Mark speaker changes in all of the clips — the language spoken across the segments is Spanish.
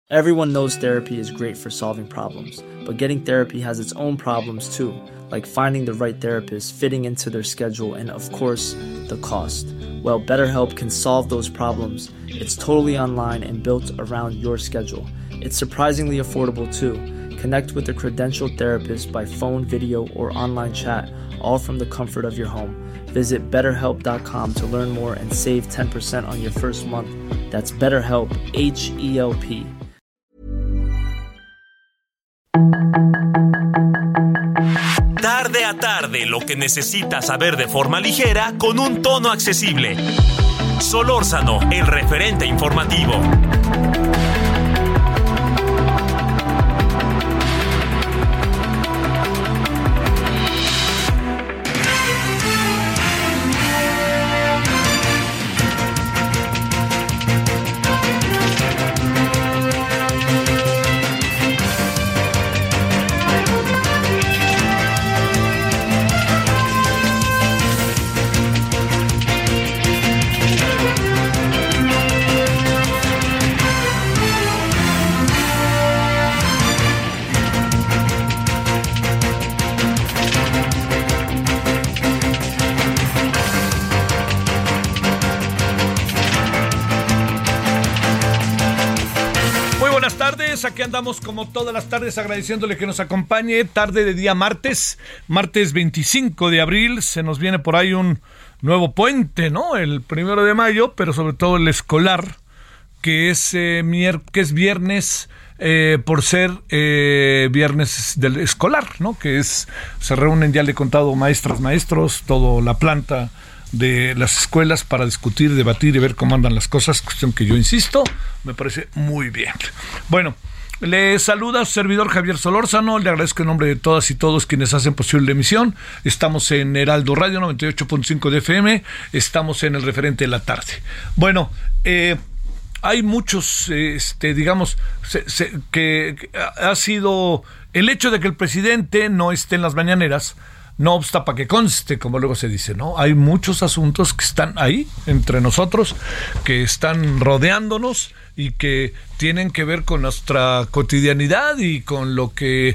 Speaker 1: Everyone knows therapy is great for solving problems, but getting therapy has its own problems too, like finding the right therapist, fitting into their schedule, and of course, the cost. Well, BetterHelp can solve those problems. It's totally online and built around your schedule. It's surprisingly affordable too. Connect with a credentialed therapist by phone, video, or online chat, all from the comfort of your home. Visit BetterHelp.com to learn more and save 10% on your first month. That's BetterHelp, H-E-L-P.
Speaker 2: Tarde a tarde, lo que necesitas saber de forma ligera con un tono accesible. Solórzano, el referente informativo.
Speaker 3: Aquí andamos como todas las tardes agradeciéndole que nos acompañe. Tarde de día martes 25 de abril. Se nos viene por ahí un nuevo puente, ¿no? El 1 de mayo, pero sobre todo el escolar, que es viernes, por ser viernes del escolar, ¿no? Se reúnen, ya le he contado, maestras, maestros, toda la planta de las escuelas para discutir, debatir y ver cómo andan las cosas, cuestión que yo insisto, me parece muy bien. Bueno, le saluda su servidor Javier Solórzano, le agradezco en nombre de todas y todos quienes hacen posible la emisión. Estamos en Heraldo Radio 98.5 de FM, estamos en el referente de la tarde. Bueno, hay muchos, digamos, que ha sido el hecho de que el presidente no esté en las mañaneras. No obsta para que conste, como luego se dice, ¿no? Hay muchos asuntos que están ahí, entre nosotros, que están rodeándonos y que tienen que ver con nuestra cotidianidad y con lo que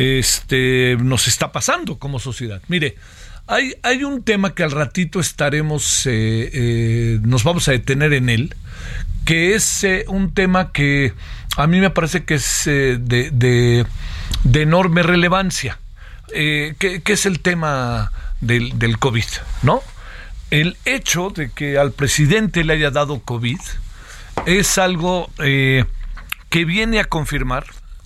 Speaker 3: nos está pasando como sociedad. Mire, hay un tema que al ratito estaremos, nos vamos a detener en él, que es un tema que a mí me parece que es de enorme relevancia. ¿Qué es el tema del COVID, ¿no? El hecho de que al presidente le haya dado COVID es algo que viene a confirmar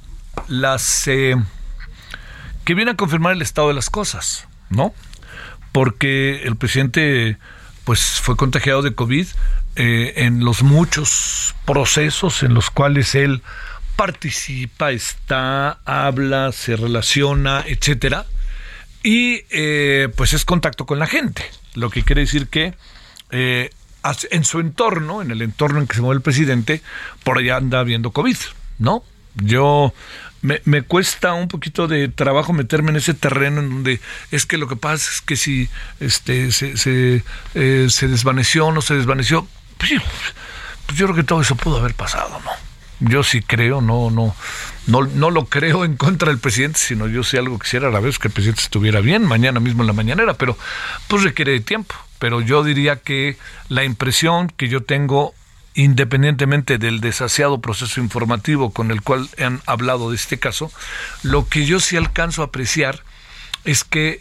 Speaker 3: el estado de las cosas, ¿no? Porque el presidente pues fue contagiado de COVID en los muchos procesos en los cuales él participa, habla, se relaciona, etcétera, y pues es contacto con la gente, lo que quiere decir que en su entorno, en el entorno en que se mueve el presidente, por allá anda habiendo COVID, ¿no? Yo me cuesta un poquito de trabajo meterme en ese terreno en donde es que lo que pasa es que si se desvaneció o no se desvaneció, pues yo creo que todo eso pudo haber pasado, ¿no? Yo sí creo, no lo creo en contra del presidente, sino yo sí algo quisiera a la vez que el presidente estuviera bien mañana mismo en la mañanera, pero pues requiere de tiempo. Pero yo diría que la impresión que yo tengo, independientemente del desasiado proceso informativo con el cual han hablado de este caso, lo que yo sí alcanzo a apreciar es que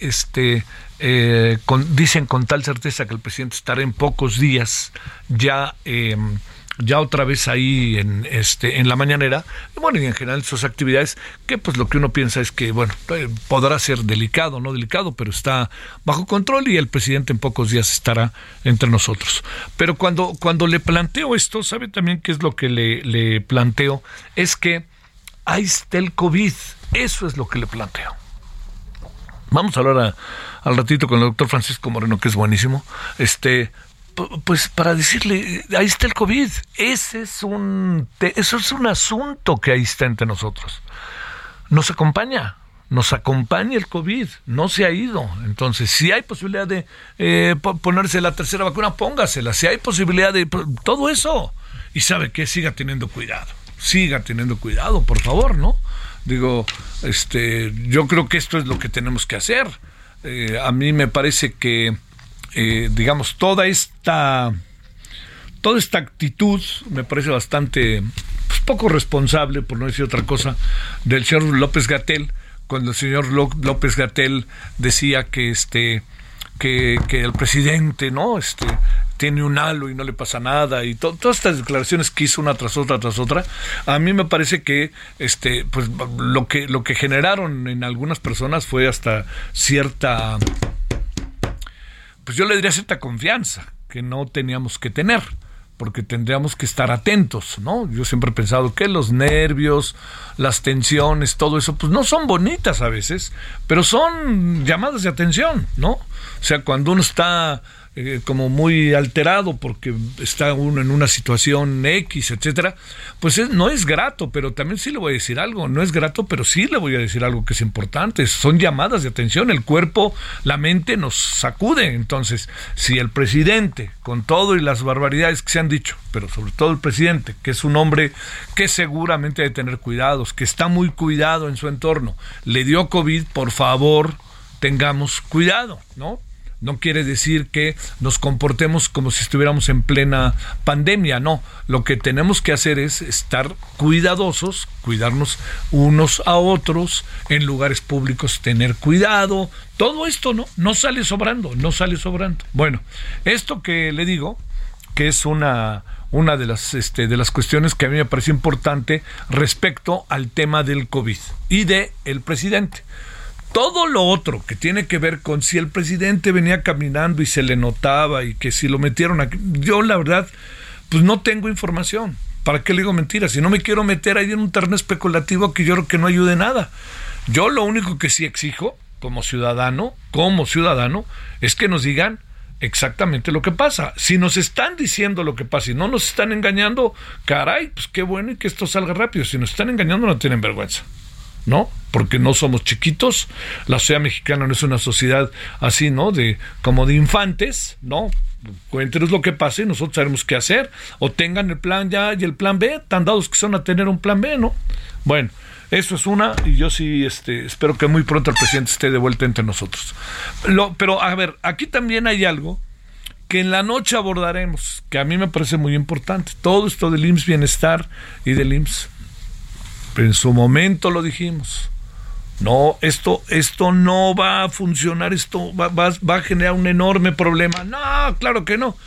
Speaker 3: dicen con tal certeza que el presidente estará en pocos días ya otra vez ahí en la mañanera, bueno, y en general sus actividades, que pues lo que uno piensa es que, bueno, podrá ser delicado, no delicado, pero está bajo control y el presidente en pocos días estará entre nosotros. Pero cuando le planteo esto, ¿sabe también qué es lo que le planteo? Es que ahí está el COVID, eso es lo que le planteo. Vamos a hablar al ratito con el doctor Francisco Moreno, que es buenísimo, pues para decirle, ahí está el COVID, eso es un asunto que ahí está entre nosotros. Nos acompaña el COVID, no se ha ido. Entonces, si hay posibilidad de ponerse la tercera vacuna, póngasela. Si hay posibilidad de todo eso, y sabe que siga teniendo cuidado. siga teniendo cuidado, por favor, ¿no? Digo, yo creo que esto es lo que tenemos que hacer. A mí me parece que, digamos, toda esta actitud me parece bastante, pues, poco responsable, por no decir otra cosa, del señor López-Gatell, cuando el señor López-Gatell decía que el presidente, ¿no? Tiene un halo y no le pasa nada, y todas estas declaraciones que hizo una tras otra, a mí me parece que pues lo que generaron en algunas personas fue hasta cierta, pues yo le diría cierta confianza que no teníamos que tener, porque tendríamos que estar atentos, ¿no? Yo siempre he pensado que los nervios, las tensiones, todo eso, pues no son bonitas a veces, pero son llamadas de atención, ¿no? O sea, cuando uno está como muy alterado porque está uno en una situación X, etcétera, pues no es grato, pero también sí le voy a decir algo, no es grato, pero sí le voy a decir algo que es importante, son llamadas de atención, el cuerpo, la mente nos sacude. Entonces, si el presidente, con todo y las barbaridades que se han dicho, pero sobre todo el presidente, que es un hombre que seguramente debe tener cuidados, que está muy cuidado en su entorno, le dio COVID, por favor, tengamos cuidado, ¿no? No quiere decir que nos comportemos como si estuviéramos en plena pandemia, no. Lo que tenemos que hacer es estar cuidadosos, cuidarnos unos a otros, en lugares públicos tener cuidado. Todo esto no sale sobrando. Bueno, esto que le digo, que es una de las cuestiones que a mí me parece importante respecto al tema del COVID y de el presidente. Todo lo otro que tiene que ver con si el presidente venía caminando y se le notaba y que si lo metieron aquí, yo la verdad, pues no tengo información. ¿Para qué le digo mentiras? Si no me quiero meter ahí en un terreno especulativo que yo creo que no ayude nada. Yo lo único que sí exijo como ciudadano, es que nos digan exactamente lo que pasa. Si nos están diciendo lo que pasa y no nos están engañando, caray, pues qué bueno y que esto salga rápido. Si nos están engañando, no tienen vergüenza, ¿no? Porque no somos chiquitos, la sociedad mexicana no es una sociedad así, ¿no? Como de infantes, ¿no? Cuéntenos lo que pasa y nosotros sabemos qué hacer, o tengan el plan ya y el plan B, tan dados que son a tener un plan B, ¿no? Bueno, eso es una, y yo sí espero que muy pronto el presidente esté de vuelta entre nosotros. Pero, a ver, aquí también hay algo que en la noche abordaremos, que a mí me parece muy importante, todo esto del IMSS Bienestar y del IMSS. En su momento lo dijimos. No, esto no va a funcionar, esto va a generar un enorme problema. No, claro que no.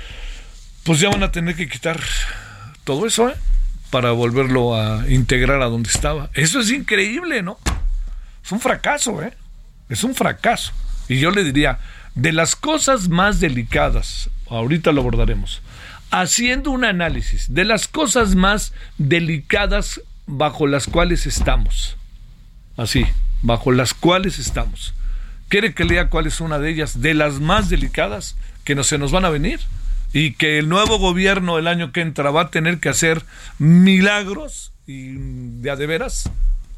Speaker 3: Pues ya van a tener que quitar todo eso, para volverlo a integrar a donde estaba. Eso es increíble, ¿no? Es un fracaso, es un fracaso. Y yo le diría, de las cosas más delicadas, ahorita lo abordaremos, haciendo un análisis de las cosas más delicadas bajo las cuales estamos. Así, bajo las cuales estamos. ¿Quiere que lea cuál es una de ellas, de las más delicadas, que se nos van a venir? Y que el nuevo gobierno el año que entra va a tener que hacer milagros, y de a de veras,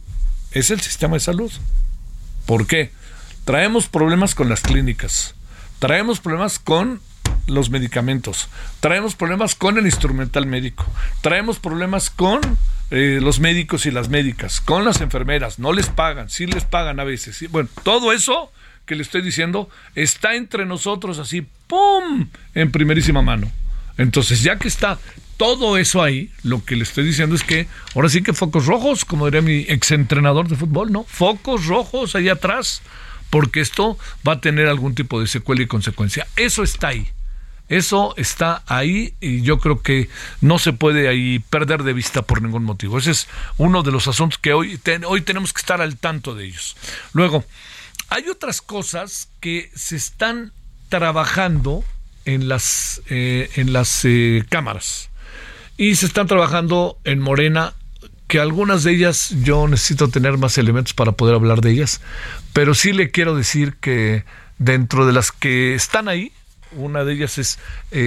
Speaker 3: es el sistema de salud. ¿Por qué? Traemos problemas con las clínicas, traemos problemas con los medicamentos, traemos problemas con el instrumental médico, traemos problemas con los médicos y las médicas, con las enfermeras, no les pagan, sí les pagan a veces, sí. Bueno, todo eso que le estoy diciendo está entre nosotros así, ¡pum!, en primerísima mano. Entonces, ya que está todo eso ahí, lo que le estoy diciendo es que ahora sí que focos rojos, como diría mi exentrenador de fútbol, ¿no? Focos rojos ahí atrás, porque esto va a tener algún tipo de secuela y consecuencia. Eso está ahí. Eso está ahí y yo creo que no se puede ahí perder de vista por ningún motivo. Ese es uno de los asuntos que hoy tenemos que estar al tanto de ellos. Luego, hay otras cosas que se están trabajando en las cámaras y se están trabajando en Morena, que algunas de ellas yo necesito tener más elementos para poder hablar de ellas, pero sí le quiero decir que dentro de las que están ahí, una de ellas es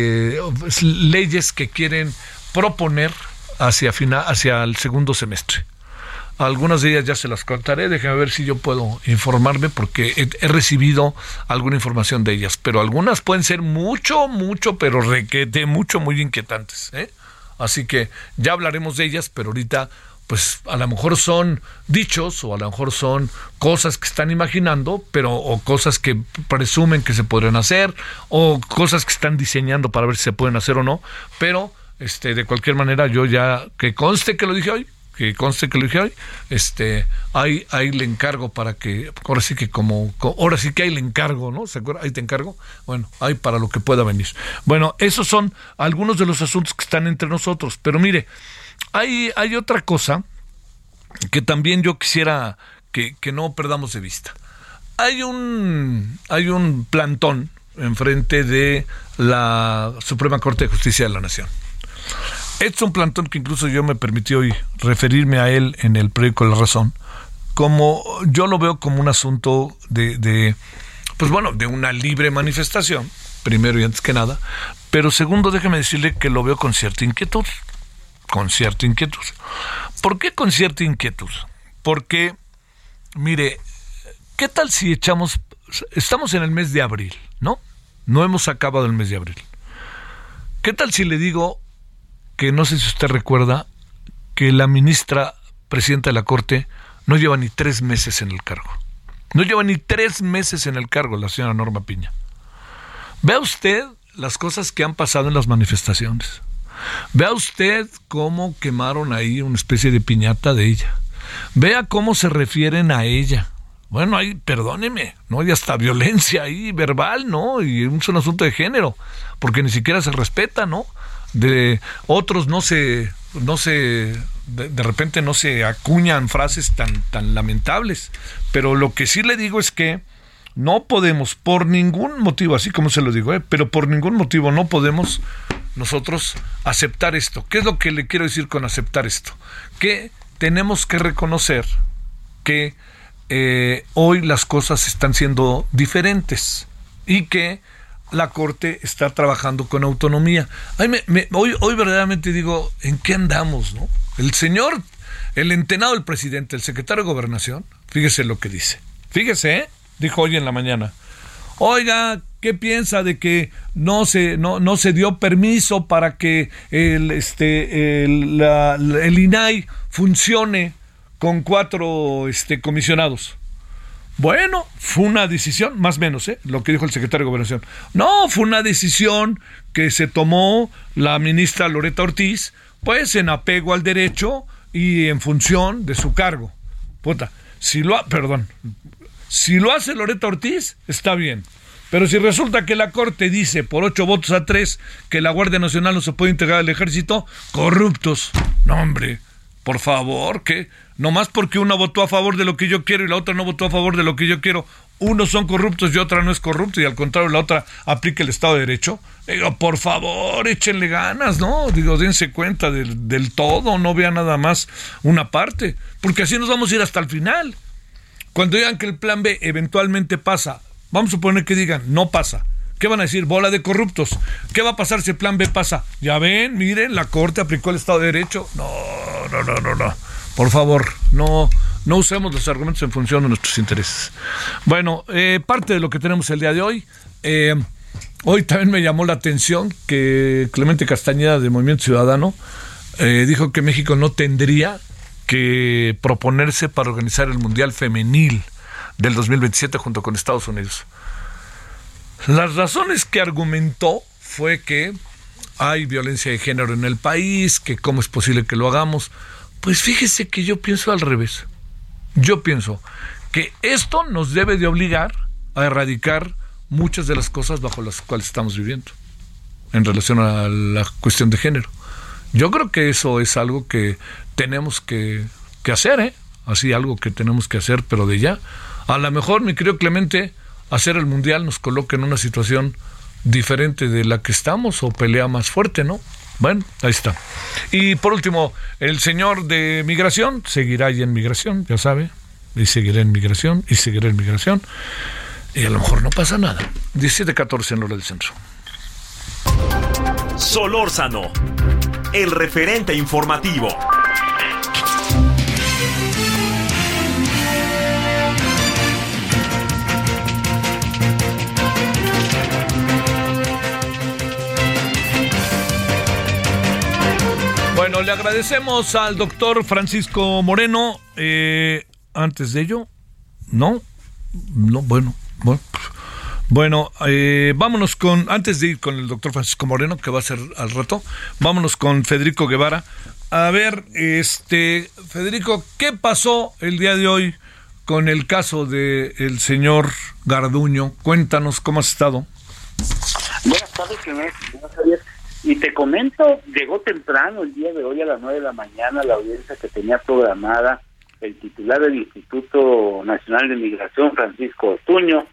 Speaker 3: leyes que quieren proponer hacia el segundo semestre. Algunas de ellas ya se las contaré, déjenme ver si yo puedo informarme, porque he recibido alguna información de ellas, pero algunas pueden ser mucho, pero requete, mucho, muy inquietantes, Así que ya hablaremos de ellas, pero ahorita pues a lo mejor son dichos o a lo mejor son cosas que están imaginando, o cosas que presumen que se podrían hacer, o cosas que están diseñando para ver si se pueden hacer o no, pero de cualquier manera yo ya, que conste que lo dije hoy, ahí le encargo para que, ahora sí que ahí le encargo, ¿no? ¿Se acuerda? Ahí te encargo. Bueno, ahí para lo que pueda venir. Bueno, esos son algunos de los asuntos que están entre nosotros, pero mire, hay otra cosa que también yo quisiera que no perdamos de vista. Hay un plantón enfrente de la Suprema Corte de Justicia de la Nación. Es un plantón que incluso yo me permití hoy referirme a él en el periódico La Razón, como yo lo veo como un asunto de una libre manifestación, primero y antes que nada, pero segundo, déjeme decirle que lo veo con cierta inquietud. ¿Por qué con cierta inquietud? Porque, mire, ¿qué tal si estamos en el mes de abril, ¿no? No hemos acabado el mes de abril. ¿Qué tal si le digo que no sé si usted recuerda que la ministra presidenta de la Corte no lleva ni 3 meses en el cargo? No lleva ni 3 meses en el cargo la señora Norma Piña. Vea usted las cosas que han pasado en las manifestaciones. Vea usted cómo quemaron ahí una especie de piñata de ella. Vea cómo se refieren a ella. Bueno, ahí, perdóneme, ¿no? Hay hasta violencia ahí verbal, ¿no? Y es un asunto de género, porque ni siquiera se respeta, ¿no? De otros de repente no se acuñan frases tan lamentables, pero lo que sí le digo es que no podemos por ningún motivo, así como se lo digo, pero por ningún motivo no podemos nosotros aceptar esto. ¿Qué es lo que le quiero decir con aceptar esto? Que tenemos que reconocer que hoy las cosas están siendo diferentes y que la Corte está trabajando con autonomía. Hoy verdaderamente digo, ¿en qué andamos, no? El entenado del presidente, el secretario de Gobernación, fíjese lo que dice. Fíjese, dijo hoy en la mañana. Oiga, ¿qué piensa de que no se dio permiso para que el INAI funcione con 4 comisionados? Bueno, fue una decisión, más o menos, lo que dijo el secretario de Gobernación. No, fue una decisión que se tomó la ministra Loretta Ortiz, pues en apego al derecho y en función de su cargo. Si lo hace Loretta Ortiz, está bien. Pero si resulta que la Corte dice por 8-3 que la Guardia Nacional no se puede integrar al ejército, corruptos. No, hombre, por favor, ¿qué? Nomás porque una votó a favor de lo que yo quiero y la otra no votó a favor de lo que yo quiero, unos son corruptos y otra no es corrupta, y al contrario la otra aplica el Estado de Derecho. Digo, por favor, échenle ganas, ¿no? Digo, dense cuenta del todo, no vean nada más una parte, porque así nos vamos a ir hasta el final. Cuando digan que el plan B eventualmente pasa, vamos a suponer que digan, no pasa. ¿Qué van a decir? Bola de corruptos. ¿Qué va a pasar si el plan B pasa? Ya ven, miren, la Corte aplicó el Estado de Derecho. No. Por favor, no usemos los argumentos en función de nuestros intereses. Bueno, parte de lo que tenemos el día de hoy. Hoy también me llamó la atención que Clemente Castañeda de Movimiento Ciudadano dijo que México no tendría que proponerse para organizar el Mundial Femenil del 2027 junto con Estados Unidos. Las razones que argumentó fue que hay violencia de género en el país, que cómo es posible que lo hagamos. Pues fíjese que yo pienso al revés. Yo pienso que esto nos debe de obligar a erradicar muchas de las cosas bajo las cuales estamos viviendo en relación a la cuestión de género. Yo creo que eso es algo que tenemos que hacer, así algo que tenemos que hacer, pero de ya. A lo mejor, mi querido Clemente, hacer el Mundial nos coloca en una situación diferente de la que estamos o pelea más fuerte, ¿no? Bueno, ahí está. Y por último, el señor de Migración seguirá ahí en Migración, ya sabe, y seguirá en Migración, y a lo mejor no pasa nada. 17:14 en hora del centro.
Speaker 2: Solórzano, el referente informativo.
Speaker 3: Bueno, le agradecemos al doctor Francisco Moreno. Antes de ello, vámonos antes de ir con el doctor Francisco Moreno, que va a ser al rato, vámonos con Federico Guevara. A ver, Federico, ¿qué pasó el día de hoy con el caso del señor Garduño? Cuéntanos cómo has estado.
Speaker 4: Buenas tardes, Javier. Y te comento, llegó temprano el día de hoy a las 9 de la mañana la audiencia que tenía programada el titular del Instituto Nacional de Migración, Francisco Ortuño.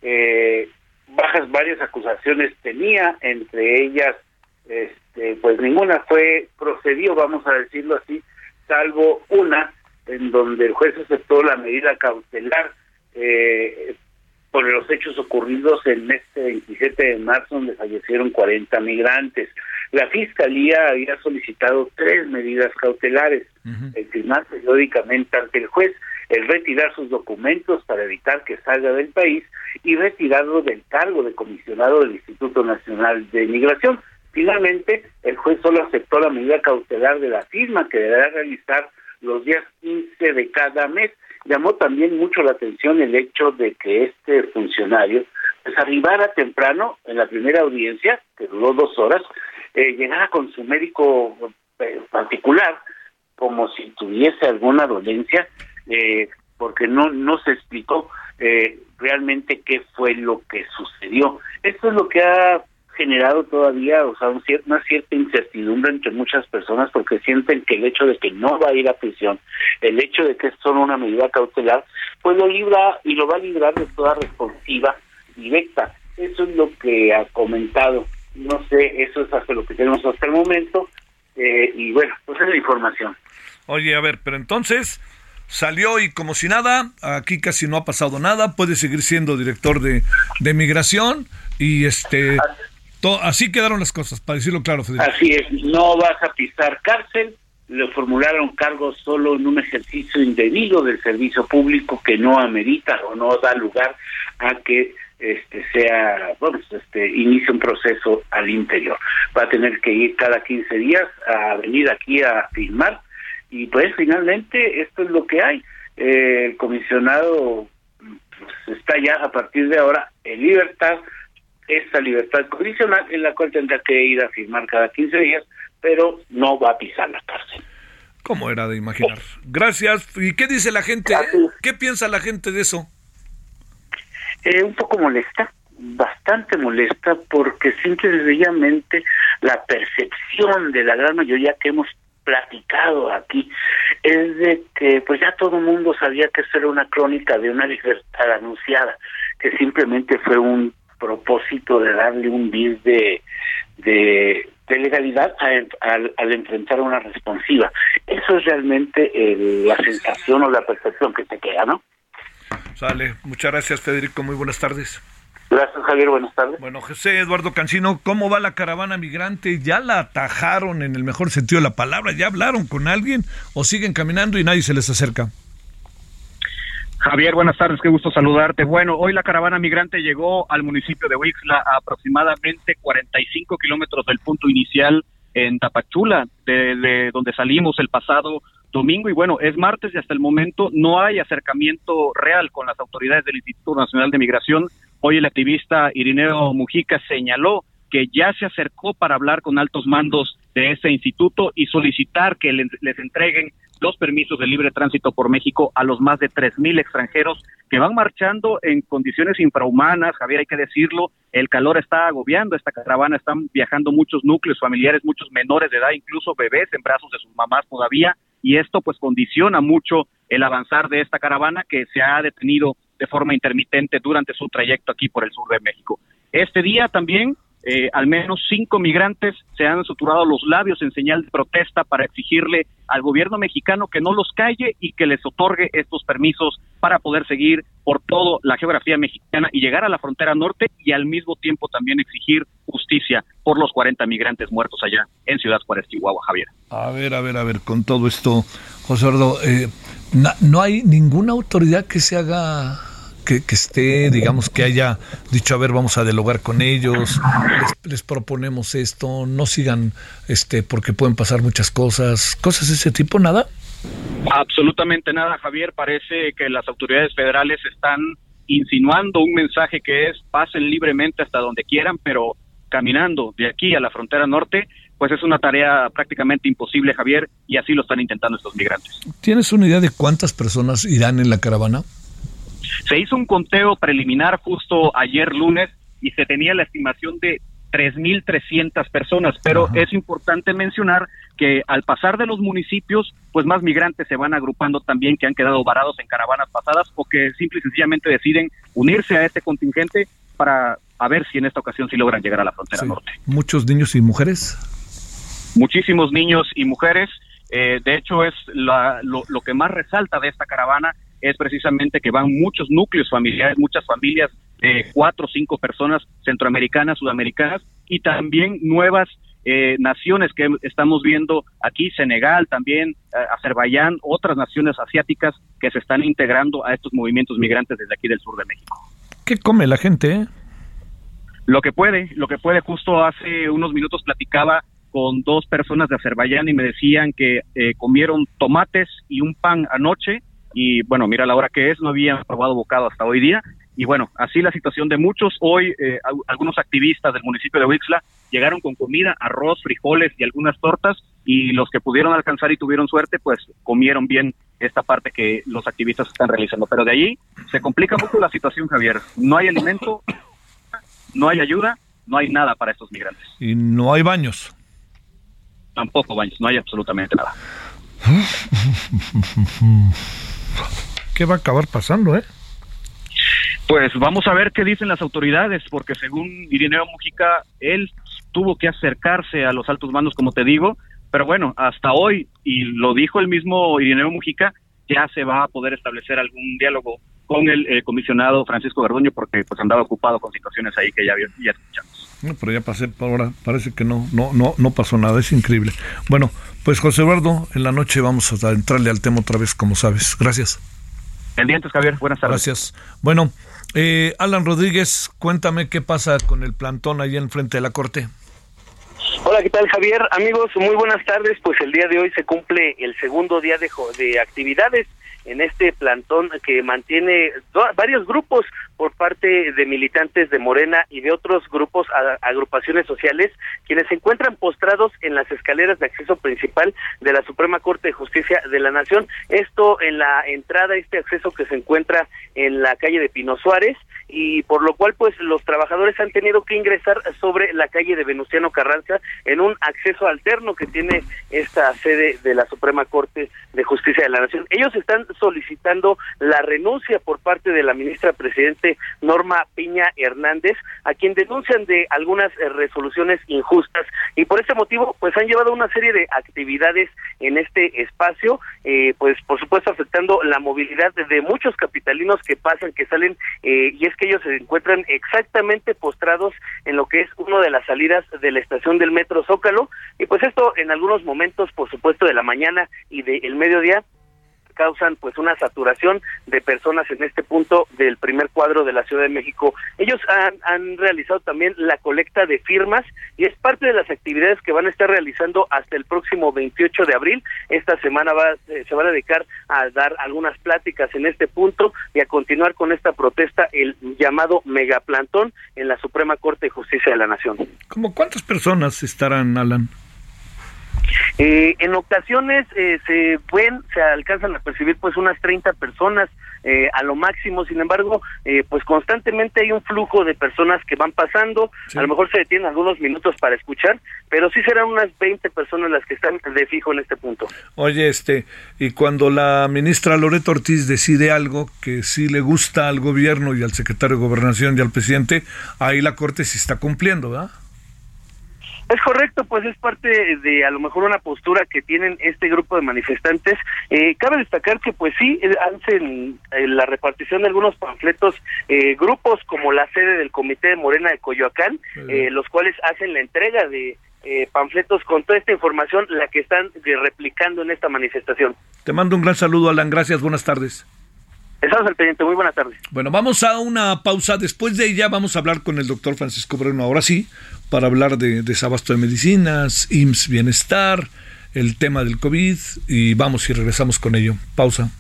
Speaker 4: Varias acusaciones tenía, entre ellas, pues ninguna procedió, vamos a decirlo así, salvo una en donde el juez aceptó la medida cautelar por los hechos ocurridos en este 27 de marzo, donde fallecieron 40 migrantes. La Fiscalía había solicitado 3 medidas cautelares: el firmar periódicamente ante el juez, el retirar sus documentos para evitar que salga del país y retirarlo del cargo de comisionado del Instituto Nacional de Migración. Finalmente, el juez solo aceptó la medida cautelar de la firma, que deberá realizar los días 15 de cada mes. Llamó también mucho la atención el hecho de que este funcionario pues arribara temprano en la primera audiencia, que duró 2 horas, llegara con su médico particular, como si tuviese alguna dolencia, porque no se explicó realmente qué fue lo que sucedió. Esto es lo que ha generado todavía, una cierta incertidumbre entre muchas personas, porque sienten que el hecho de que no va a ir a prisión, el hecho de que es solo una medida cautelar, pues lo libra y lo va a librar de toda responsiva directa. Eso es lo que ha comentado. No sé, eso es hasta lo que tenemos hasta el momento, y bueno, pues es la información.
Speaker 3: Oye, a ver, pero entonces salió y como si nada, aquí casi no ha pasado nada, puede seguir siendo director de migración y así quedaron las cosas, para decirlo claro, Federico.
Speaker 4: Así es, no vas a pisar cárcel, le formularon cargos solo en un ejercicio indebido del servicio público que no amerita o no da lugar a que inicie un proceso al interior. Va a tener que ir cada 15 días a venir aquí a firmar, y pues finalmente esto es lo que hay. El comisionado pues, está ya a partir de ahora en libertad, esta libertad condicional en la cual tendrá que ir a firmar cada 15 días, pero no va a pisar la cárcel.
Speaker 3: ¿Cómo era de imaginar? Gracias. ¿Y qué dice la gente? ¿Qué piensa la gente de eso?
Speaker 4: Un poco molesta, bastante molesta, porque simple y sencillamente la percepción de la gran mayoría que hemos platicado aquí es de que pues ya todo el mundo sabía que eso era una crónica de una libertad anunciada, que simplemente fue un propósito de darle un bis de legalidad al enfrentar una responsiva. Eso es realmente la sensación o la percepción que se queda, ¿no?
Speaker 3: Sale. Muchas gracias, Federico. Muy buenas tardes.
Speaker 4: Gracias, Javier. Buenas tardes.
Speaker 3: Bueno, José Eduardo Cancino, ¿cómo va la caravana migrante? ¿Ya la atajaron en el mejor sentido de la palabra? ¿Ya hablaron con alguien o siguen caminando y nadie se les acerca?
Speaker 5: Javier, buenas tardes, qué gusto saludarte. Bueno, hoy la caravana migrante llegó al municipio de Huixla, a aproximadamente 45 kilómetros del punto inicial en Tapachula, de donde salimos el pasado domingo, y bueno, es martes y hasta el momento no hay acercamiento real con las autoridades del Instituto Nacional de Migración. Hoy el activista Irineo Mujica señaló que ya se acercó para hablar con altos mandos de ese instituto y solicitar que les entreguen los permisos de libre tránsito por México a los más de 3,000 extranjeros que van marchando en condiciones infrahumanas. Javier, hay que decirlo, el calor está agobiando esta caravana, están viajando muchos núcleos familiares, muchos menores de edad, incluso bebés en brazos de sus mamás todavía, y esto pues condiciona mucho el avanzar de esta caravana, que se ha detenido de forma intermitente durante su trayecto aquí por el sur de México. Este día también al menos 5 migrantes se han suturado los labios en señal de protesta para exigirle al gobierno mexicano que no los calle y que les otorgue estos permisos para poder seguir por toda la geografía mexicana y llegar a la frontera norte, y al mismo tiempo también exigir justicia por los 40 migrantes muertos allá en Ciudad Juárez, Chihuahua, Javier.
Speaker 3: A ver, con todo esto, José Eduardo, no hay ninguna autoridad que se que esté, digamos, que haya dicho, a ver, vamos a dialogar con ellos, les proponemos esto, no sigan, porque pueden pasar muchas cosas de ese tipo, nada?
Speaker 5: Absolutamente nada, Javier. Parece que las autoridades federales están insinuando un mensaje que es pasen libremente hasta donde quieran, pero caminando de aquí a la frontera norte, pues es una tarea prácticamente imposible, Javier, y así lo están intentando estos migrantes.
Speaker 3: ¿Tienes una idea de cuántas personas irán en la caravana?
Speaker 5: Se hizo un conteo preliminar justo ayer lunes y se tenía la estimación de 3,300 personas, pero
Speaker 3: Ajá.
Speaker 5: Es importante mencionar que al pasar de los municipios, pues más migrantes se van agrupando también que han quedado varados en caravanas pasadas o que simple y sencillamente deciden unirse a este contingente para a ver si en esta ocasión sí logran llegar a la frontera norte.
Speaker 3: ¿Muchos niños y mujeres?
Speaker 5: Muchísimos niños y mujeres. De hecho, es lo que más resalta de esta caravana es precisamente que van muchos núcleos familiares, muchas familias de 4 o 5 personas centroamericanas, sudamericanas y también nuevas naciones que estamos viendo aquí, Senegal, también Azerbaiyán, otras naciones asiáticas que se están integrando a estos movimientos migrantes desde aquí del sur de México.
Speaker 3: ¿Qué come la gente?
Speaker 5: Lo que puede. Justo hace unos minutos platicaba con 2 personas de Azerbaiyán y me decían que comieron tomates y un pan anoche y bueno, mira la hora que es, no habían probado bocado hasta hoy día y bueno, así la situación de muchos. Hoy algunos activistas del municipio de Huixla llegaron con comida, arroz, frijoles y algunas tortas y los que pudieron alcanzar y tuvieron suerte pues comieron bien esta parte que los activistas están realizando, pero de allí se complica mucho la situación, Javier. No hay alimento, no hay ayuda, no hay nada para estos migrantes.
Speaker 3: Y no hay baños.
Speaker 5: Tampoco baños, no hay absolutamente nada.
Speaker 3: ¿Qué va a acabar pasando,
Speaker 5: Pues vamos a ver qué dicen las autoridades, porque según Irineo Mujica, él tuvo que acercarse a los altos mandos, como te digo, pero bueno, hasta hoy, y lo dijo el mismo Irineo Mujica, ya se va a poder establecer algún diálogo con el comisionado Francisco Garduño, porque pues andaba ocupado con situaciones ahí que ya escuchamos.
Speaker 3: No, pero ya pasé por ahora, parece que no pasó nada, es increíble. Bueno, pues José Eduardo, en la noche vamos a entrarle al tema otra vez, como sabes. Gracias.
Speaker 5: Pendientes, Javier, buenas tardes.
Speaker 3: Gracias. Bueno, Alan Rodríguez, cuéntame qué pasa con el plantón ahí enfrente de la Corte.
Speaker 4: Hola, ¿qué tal, Javier? Amigos, muy buenas tardes. Pues el día de hoy se cumple el segundo día de actividades en este plantón que mantiene varios grupos por parte de militantes de Morena y de otros grupos, agrupaciones sociales, quienes se encuentran postrados en las escaleras de acceso principal de la Suprema Corte de Justicia de la Nación. Esto en la entrada, este acceso que se encuentra en la calle de Pino Suárez, y por lo cual pues los trabajadores han tenido que ingresar sobre la calle de Venustiano Carranza en un acceso alterno que tiene esta sede de la Suprema Corte de Justicia de la Nación. Ellos están solicitando la renuncia por parte de la ministra presidente Norma Piña Hernández, a quien denuncian de algunas resoluciones injustas, y por este motivo pues han llevado una serie de actividades en este espacio, pues por supuesto afectando la movilidad de muchos capitalinos que pasan, que salen, y es que ellos se encuentran exactamente postrados en lo que es una de las salidas de la estación del Metro Zócalo, y pues esto en algunos momentos, por supuesto, de la mañana y del mediodía, causan pues una saturación de personas en este punto del primer cuadro de la Ciudad de México. Ellos han realizado también la colecta de firmas y es parte de las actividades que van a estar realizando hasta el próximo 28 de abril. Esta semana se va a dedicar a dar algunas pláticas en este punto y a continuar con esta protesta, el llamado megaplantón en la Suprema Corte de Justicia de la Nación.
Speaker 3: ¿Cómo cuántas personas estarán, Alan?
Speaker 4: En ocasiones se alcanzan a percibir pues unas 30 personas a lo máximo. Sin embargo, pues constantemente hay un flujo de personas que van pasando, sí. A lo mejor se detienen algunos minutos para escuchar, pero sí serán unas 20 personas las que están de fijo en este punto.
Speaker 3: Oye, y cuando la ministra Loreto Ortiz decide algo que sí le gusta al gobierno y al secretario de Gobernación y al presidente, ahí la Corte sí está cumpliendo, ¿verdad?
Speaker 4: Es correcto, pues es parte de a lo mejor una postura que tienen este grupo de manifestantes. Cabe destacar que pues sí, hacen la repartición de algunos panfletos, grupos como la sede del Comité de Morena de Coyoacán, los cuales hacen la entrega de panfletos con toda esta información, la que están replicando en esta manifestación.
Speaker 3: Te mando un gran saludo, Alan, gracias, buenas tardes.
Speaker 5: Estamos al pendiente. Muy buenas tardes.
Speaker 3: Bueno, vamos a una pausa. Después de ella vamos a hablar con el doctor Francisco Moreno, ahora sí, para hablar de desabasto de medicinas, IMSS Bienestar, el tema del COVID, y vamos y regresamos con ello. Pausa.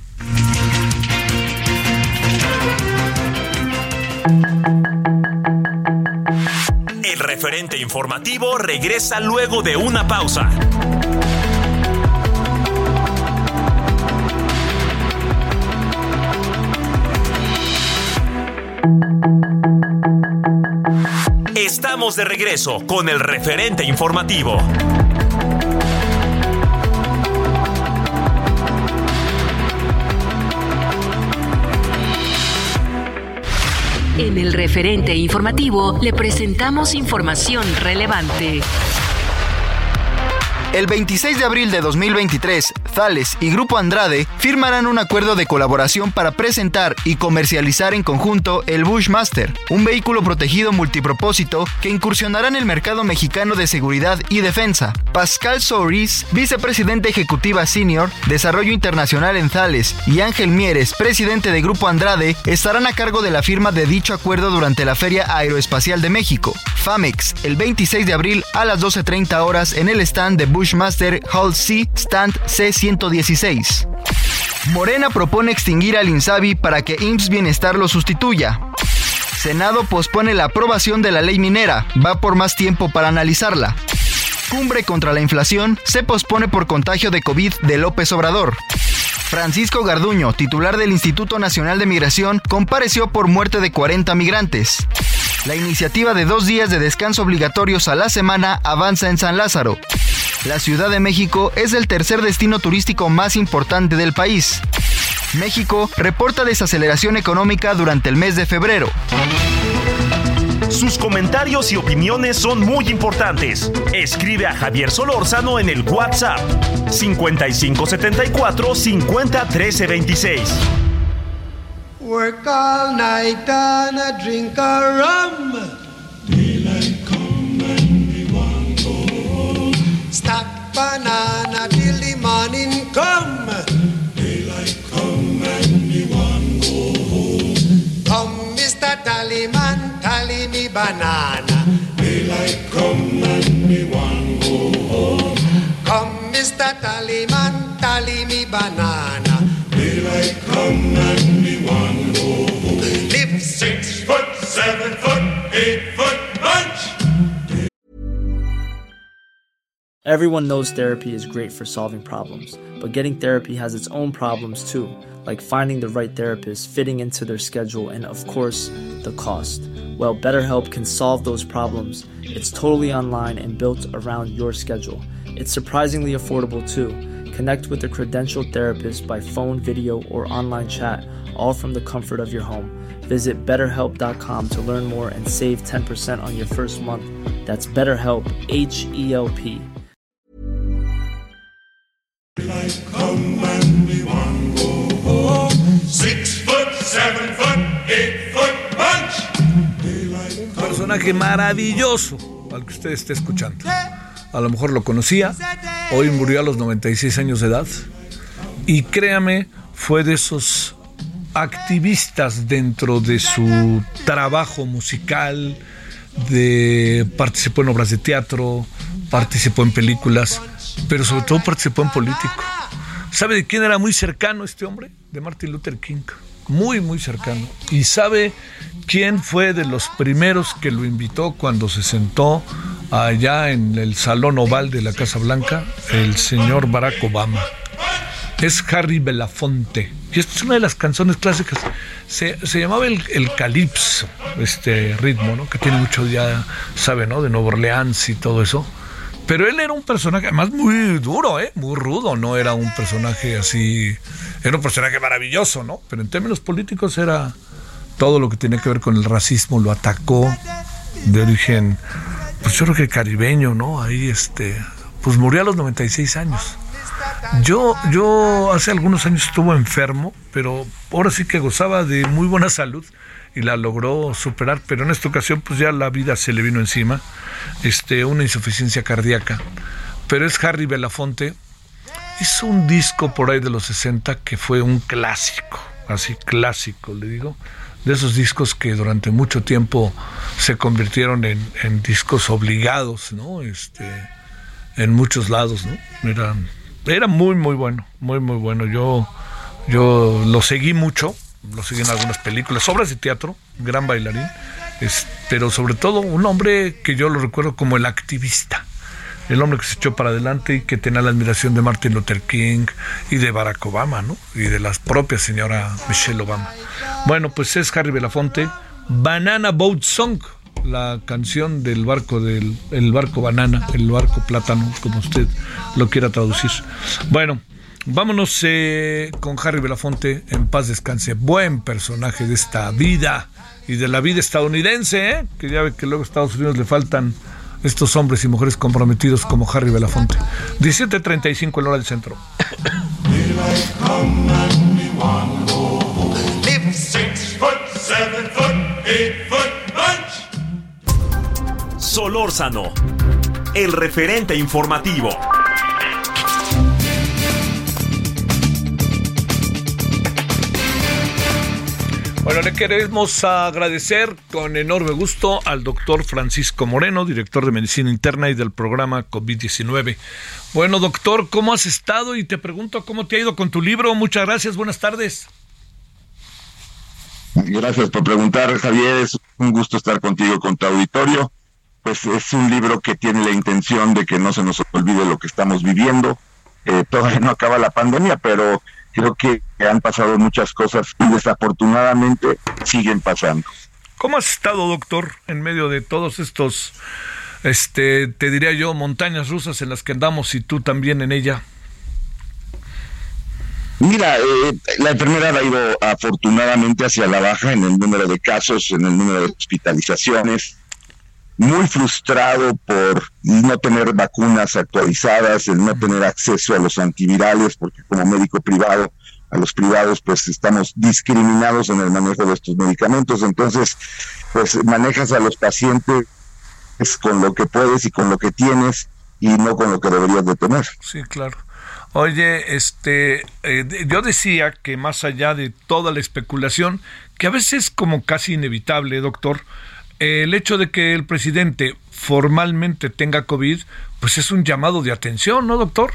Speaker 2: El referente informativo regresa luego de una pausa. Estamos de regreso con el referente informativo.
Speaker 6: En el referente informativo le presentamos información relevante.
Speaker 7: El 26 de abril de 2023, Thales y Grupo Andrade firmarán un acuerdo de colaboración para presentar y comercializar en conjunto el Bushmaster, un vehículo protegido multipropósito que incursionará en el mercado mexicano de seguridad y defensa. Pascal Souris, vicepresidente ejecutiva senior, Desarrollo Internacional en Thales, y Ángel Mieres, presidente de Grupo Andrade, estarán a cargo de la firma de dicho acuerdo durante la Feria Aeroespacial de México, FAMEX, el 26 de abril a las 12:30 horas en el stand de Bushmaster Hall C, stand C116. Morena propone extinguir al INSABI para que IMSS Bienestar lo sustituya. Senado pospone la aprobación de la ley minera, va por más tiempo para analizarla. Cumbre contra la inflación se pospone por contagio de COVID de López Obrador. Francisco Garduño, titular del Instituto Nacional de Migración, compareció por muerte de 40 migrantes. La iniciativa de 2 días de descanso obligatorios a la semana avanza en San Lázaro. La Ciudad de México es el tercer destino turístico más importante del país. México reporta desaceleración económica durante el mes de febrero.
Speaker 2: Sus comentarios y opiniones son muy importantes. Escribe a Javier Solórzano en el WhatsApp 5574 50 13 26.
Speaker 8: Work all night and a drink a rum. Daylight come and we want go home. Stack banana till the morning come. Daylight come and we want go home. Come, Mr. Tallyman, tally me banana. Daylight come and we want go home. Come, Mr. Tallyman, tally me banana. Daylight come and we want go home. Live 6 foot, 7 foot, 8 foot bunch.
Speaker 1: Everyone knows therapy is great for solving problems, but getting therapy has its own problems too, like finding the right therapist, fitting into their schedule, and of course, the cost. Well, BetterHelp can solve those problems. It's totally online and built around your schedule. It's surprisingly affordable too. Connect with a credentialed therapist by phone, video, or online chat, all from the comfort of your home. Visit BetterHelp.com to learn more and save 10% on your first month. That's BetterHelp, H-E-L-P.
Speaker 8: Come and we want go home. 6 foot, 7 foot, 8 foot bunch.
Speaker 3: Un personaje maravilloso al que usted esté escuchando. A lo mejor lo conocía, hoy murió a los 96 años de edad, y créame, fue de esos activistas dentro de su trabajo musical, participó en obras de teatro, participó en películas, pero sobre todo participó en político. ¿Sabe de quién era muy cercano este hombre? De Martin Luther King, muy muy cercano. ¿Y sabe quién fue de los primeros que lo invitó cuando se sentó allá en el Salón Oval de la Casa Blanca? El señor Barack Obama. Es Harry Belafonte. Y esta es una de las canciones clásicas. Se llamaba el calipso, este ritmo, ¿no? Que tiene mucho ya, sabe, ¿no? De Nueva Orleans y todo eso. Pero él era un personaje, además muy duro, muy rudo. No era un personaje así. Era un personaje maravilloso, ¿no? Pero en términos políticos era todo lo que tenía que ver con el racismo. Lo atacó de origen, pues yo creo que caribeño, ¿no? Ahí pues murió a los 96 años. Yo hace algunos años estuvo enfermo, pero ahora sí que gozaba de muy buena salud y la logró superar, pero en esta ocasión pues ya la vida se le vino encima, una insuficiencia cardíaca. Pero es Harry Belafonte. Hizo un disco por ahí de los 60 que fue un clásico, así clásico, le digo, de esos discos que durante mucho tiempo se convirtieron en discos obligados, ¿no? En muchos lados, ¿no? Era muy, muy bueno, muy, muy bueno. Yo lo seguí mucho, lo seguí en algunas películas, obras de teatro, gran bailarín, pero sobre todo un hombre que yo lo recuerdo como el activista, el hombre que se echó para adelante y que tenía la admiración de Martin Luther King y de Barack Obama, ¿no? Y de la propia señora Michelle Obama. Bueno, pues es Harry Belafonte, Banana Boat Song, la canción del barco el barco banana, el barco plátano, como usted lo quiera traducir. Bueno, vámonos con Harry Belafonte, en paz descanse. Buen personaje de esta vida y de la vida estadounidense, que ya ve que luego a Estados Unidos le faltan estos hombres y mujeres comprometidos como Harry Belafonte. 17:35 en hora del centro.
Speaker 2: Solórzano, el referente informativo.
Speaker 3: Bueno, le queremos agradecer con enorme gusto al doctor Francisco Moreno, director de Medicina Interna y del programa COVID-19. Bueno, doctor, ¿cómo has estado? Y te pregunto, ¿cómo te ha ido con tu libro? Muchas gracias, buenas tardes.
Speaker 9: Gracias por preguntar, Javier. Es un gusto estar contigo, con tu auditorio. Pues es un libro que tiene la intención de que no se nos olvide lo que estamos viviendo. Todavía no acaba la pandemia, pero creo que han pasado muchas cosas y desafortunadamente siguen pasando.
Speaker 3: ¿Cómo has estado, doctor, en medio de todos estos, te diría yo, montañas rusas en las que andamos y tú también en ella?
Speaker 9: Mira, la enfermedad ha ido afortunadamente hacia la baja en el número de casos, en el número de hospitalizaciones. Muy frustrado por no tener vacunas actualizadas, el no tener acceso a los antivirales, porque como médico privado, a los privados pues estamos discriminados en el manejo de estos medicamentos. Entonces, pues manejas a los pacientes con lo que puedes y con lo que tienes y no con lo que deberías de tener.
Speaker 3: Sí, claro. Oye, yo decía que más allá de toda la especulación, que a veces es como casi inevitable, doctor, el hecho de que el presidente formalmente tenga COVID, pues es un llamado de atención, ¿no, doctor?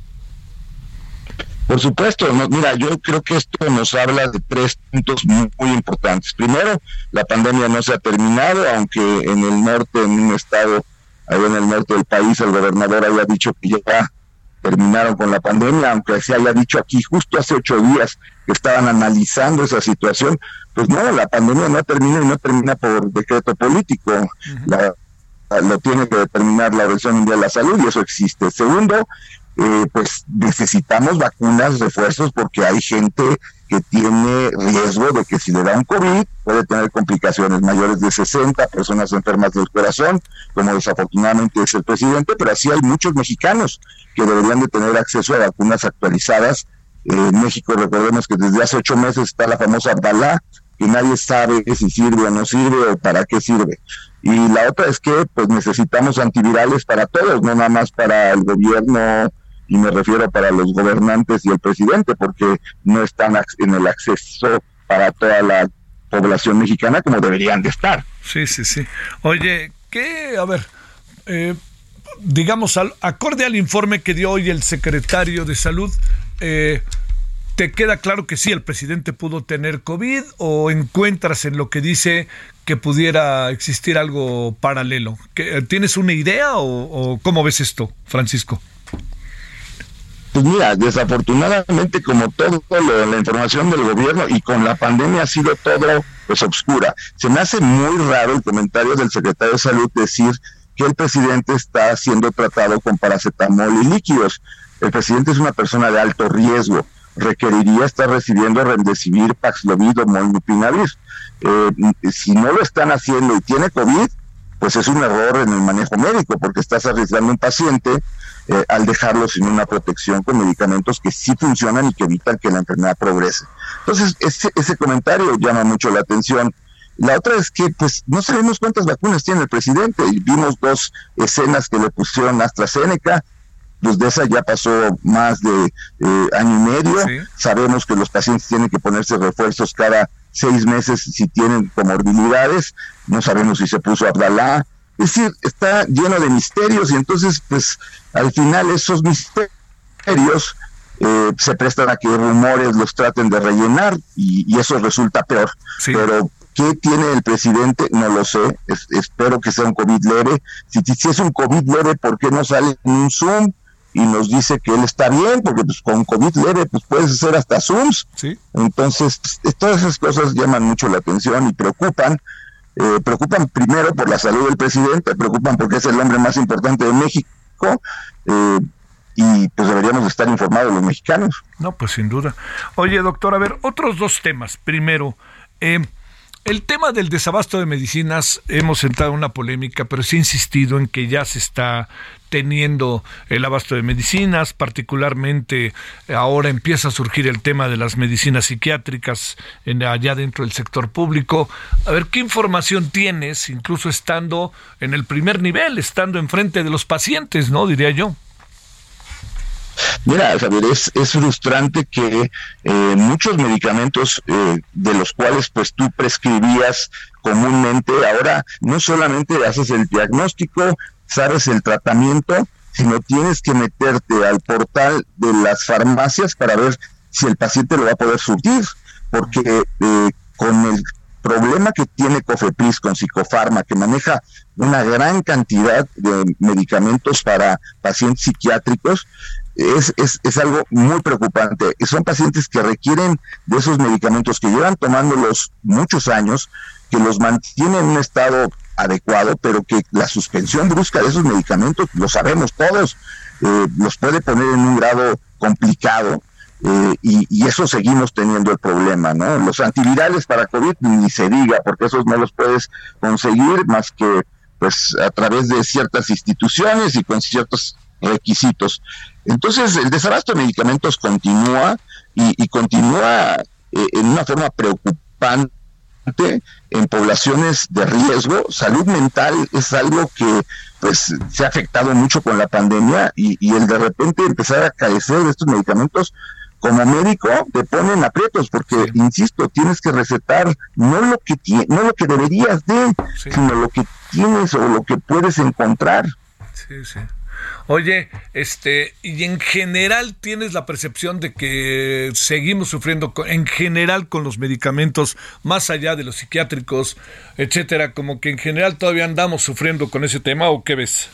Speaker 9: Por supuesto, no, mira, yo creo que esto nos habla de 3 puntos muy, muy importantes. Primero, la pandemia no se ha terminado, aunque en el norte, en un estado, ahí en el norte del país, el gobernador haya dicho que ya terminaron con la pandemia, aunque se haya dicho aquí justo hace 8 días que estaban analizando esa situación. Pues no, la pandemia no termina y no termina por decreto político. Uh-huh. Lo tiene que determinar la Organización Mundial de la Salud y eso existe. Segundo, pues necesitamos vacunas, refuerzos, porque hay gente que tiene riesgo de que si le da un COVID puede tener complicaciones, mayores de 60, personas enfermas del corazón, como desafortunadamente es el presidente, pero así hay muchos mexicanos que deberían de tener acceso a vacunas actualizadas. En México, recordemos que desde hace 8 meses está la famosa Abdalá, que nadie sabe si sirve o no sirve o para qué sirve. Y la otra es que pues necesitamos antivirales para todos, no nada más para el gobierno, y me refiero para los gobernantes y el presidente, porque no están en el acceso para toda la población mexicana como deberían de estar.
Speaker 3: Sí. Oye, digamos, acorde al informe que dio hoy el secretario de Salud, ¿te queda claro que sí, el presidente pudo tener COVID o encuentras en lo que dice que pudiera existir algo paralelo? ¿Tienes una idea o cómo ves esto, Francisco?
Speaker 9: Pues mira, desafortunadamente, como todo la información del gobierno y con la pandemia ha sido todo pues obscura. Se me hace muy raro el comentario del secretario de Salud decir que el presidente está siendo tratado con paracetamol y líquidos. El presidente es una persona de alto riesgo, requeriría estar recibiendo Remdesivir, Paxlovid o Molnupiravir. Si no lo están haciendo y tiene COVID, pues es un error en el manejo médico, porque estás arriesgando a un paciente al dejarlo sin una protección con medicamentos que sí funcionan y que evitan que la enfermedad progrese. Entonces, ese comentario llama mucho la atención. La otra es que, pues, no sabemos cuántas vacunas tiene el presidente, y vimos 2 escenas que le pusieron AstraZeneca, pues de esa ya pasó más de año y medio.
Speaker 3: Sí.
Speaker 9: Sabemos que los pacientes tienen que ponerse refuerzos cada 6 meses si tienen comorbilidades. No sabemos si se puso Abdalá. Es decir, está lleno de misterios y entonces, pues, al final esos misterios se prestan a que rumores los traten de rellenar y eso resulta peor.
Speaker 3: Sí.
Speaker 9: Pero ¿qué tiene el presidente? No lo sé. Espero que sea un COVID leve. Si es un COVID leve, ¿por qué no sale en un Zoom y nos dice que él está bien? Porque pues con COVID leve pues puedes hacer hasta Zooms.
Speaker 3: Sí.
Speaker 9: Entonces, todas esas cosas llaman mucho la atención y preocupan. Preocupan primero por la salud del presidente, preocupan porque es el hombre más importante de México, y pues deberíamos estar informados los mexicanos.
Speaker 3: No, pues sin duda. Oye, doctor, a ver, otros 2 temas. Primero, el tema del desabasto de medicinas, hemos entrado en una polémica, pero sí he insistido en que ya se está teniendo el abasto de medicinas, particularmente ahora empieza a surgir el tema de las medicinas psiquiátricas allá dentro del sector público. A ver, ¿qué información tienes, incluso estando en el primer nivel, estando enfrente de los pacientes, ¿no? Diría yo.
Speaker 9: Mira, Javier, es frustrante que muchos medicamentos de los cuales pues tú prescribías comúnmente, ahora no solamente haces el diagnóstico, sabes el tratamiento, sino tienes que meterte al portal de las farmacias para ver si el paciente lo va a poder surtir, porque con el problema que tiene Cofepris con Psicofarma, que maneja una gran cantidad de medicamentos para pacientes psiquiátricos, es algo muy preocupante. Son pacientes que requieren de esos medicamentos, que llevan tomándolos muchos años, que los mantienen en un estado adecuado, pero que la suspensión brusca de esos medicamentos, lo sabemos todos, los puede poner en un grado complicado, y eso seguimos teniendo el problema, ¿no? Los antivirales para COVID ni se diga, porque esos no los puedes conseguir más que pues a través de ciertas instituciones y con ciertos requisitos. Entonces el desabasto de medicamentos continúa y continúa en una forma preocupante en poblaciones de riesgo. Salud mental es algo que pues se ha afectado mucho con la pandemia, y el de repente empezar a carecer de estos medicamentos, como médico te ponen aprietos, porque sí, insisto, tienes que recetar no lo que deberías de, sí, sino lo que tienes o lo que puedes encontrar.
Speaker 3: Sí, sí. Oye, y en general tienes la percepción de que seguimos sufriendo en general con los medicamentos, más allá de los psiquiátricos, etcétera, como que en general todavía andamos sufriendo con ese tema, ¿o qué ves?